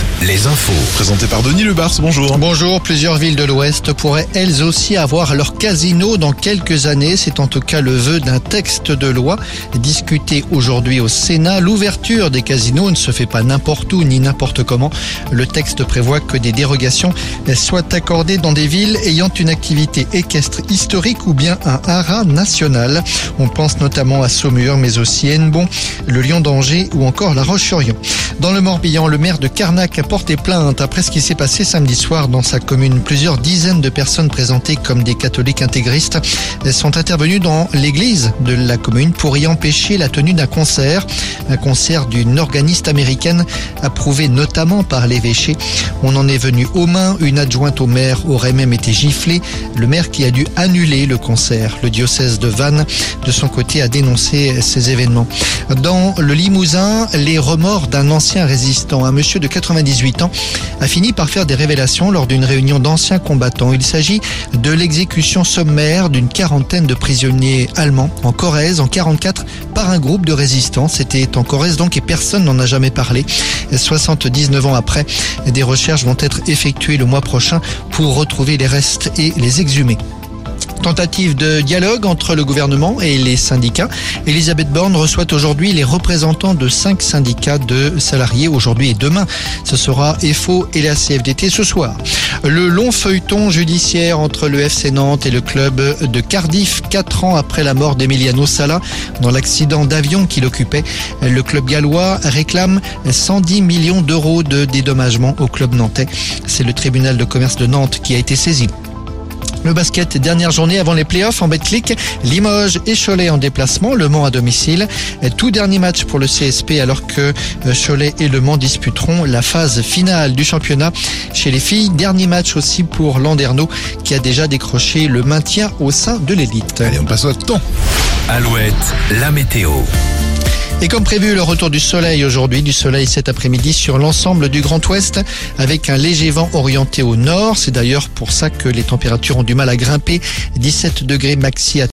les infos. Présenté par Denis Lebars, bonjour. Bonjour, plusieurs villes de l'Ouest pourraient elles aussi avoir leur casino dans quelques années. C'est en tout cas le vœu d'un texte de loi discuté aujourd'hui au Sénat. L'ouverture des casinos ne se fait pas n'importe où ni n'importe comment. Le texte prévoit que des dérogations soient accordées dans des villes ayant une activité équestre historique ou bien un haras national. On pense notamment à Saumur, mais aussi Hennebont, le Lion d'Angers ou encore La Roche-sur-Yon. Dans le Morbihan, le maire de Carnac a porté plainte après ce qui s'est passé samedi soir dans sa commune. Plusieurs dizaines de personnes présentées comme des catholiques intégristes sont intervenues dans l'église de la commune pour y empêcher la tenue d'un concert. Un concert d'une organiste américaine approuvée notamment par l'évêché. On en est venu aux mains. Une adjointe au maire aurait même été giflée. Le maire qui a dû annuler le concert. Le diocèse de Vannes, de son côté, a dénoncé ces événements. Dans le Limousin, les remords d'un ancien résistant. Un monsieur de 98 ans a fini par faire des révélations lors d'une réunion d'anciens combattants. Il s'agit de l'exécution sommaire d'une quarantaine de prisonniers allemands en Corrèze en 1944 par un groupe de résistants. C'était en Corrèze donc et personne n'en a jamais parlé. 79 ans après, des recherches vont être effectuées le mois prochain pour retrouver les restes et les exhumer. Tentative de dialogue entre le gouvernement et les syndicats. Elisabeth Borne reçoit aujourd'hui les représentants de 5 syndicats de salariés aujourd'hui et demain. Ce sera EFO et la CFDT ce soir. Le long feuilleton judiciaire entre le FC Nantes et le club de Cardiff, 4 ans après la mort d'Emiliano Sala dans l'accident d'avion qu'il occupait. Le club gallois réclame 110 millions d'euros de dédommagement au club nantais. C'est le tribunal de commerce de Nantes qui a été saisi. Le basket, dernière journée avant les playoffs en Betclic. Limoges et Cholet en déplacement, Le Mans à domicile. Tout dernier match pour le CSP alors que Cholet et Le Mans disputeront la phase finale du championnat. Chez les filles, dernier match aussi pour Landerneau qui a déjà décroché le maintien au sein de l'élite. Allez, on passe au temps. Alouette, la météo. Et comme prévu, le retour du soleil aujourd'hui, du soleil cet après-midi sur l'ensemble du Grand Ouest avec un léger vent orienté au nord. C'est d'ailleurs pour ça que les températures ont du mal à grimper. 17 degrés maxi à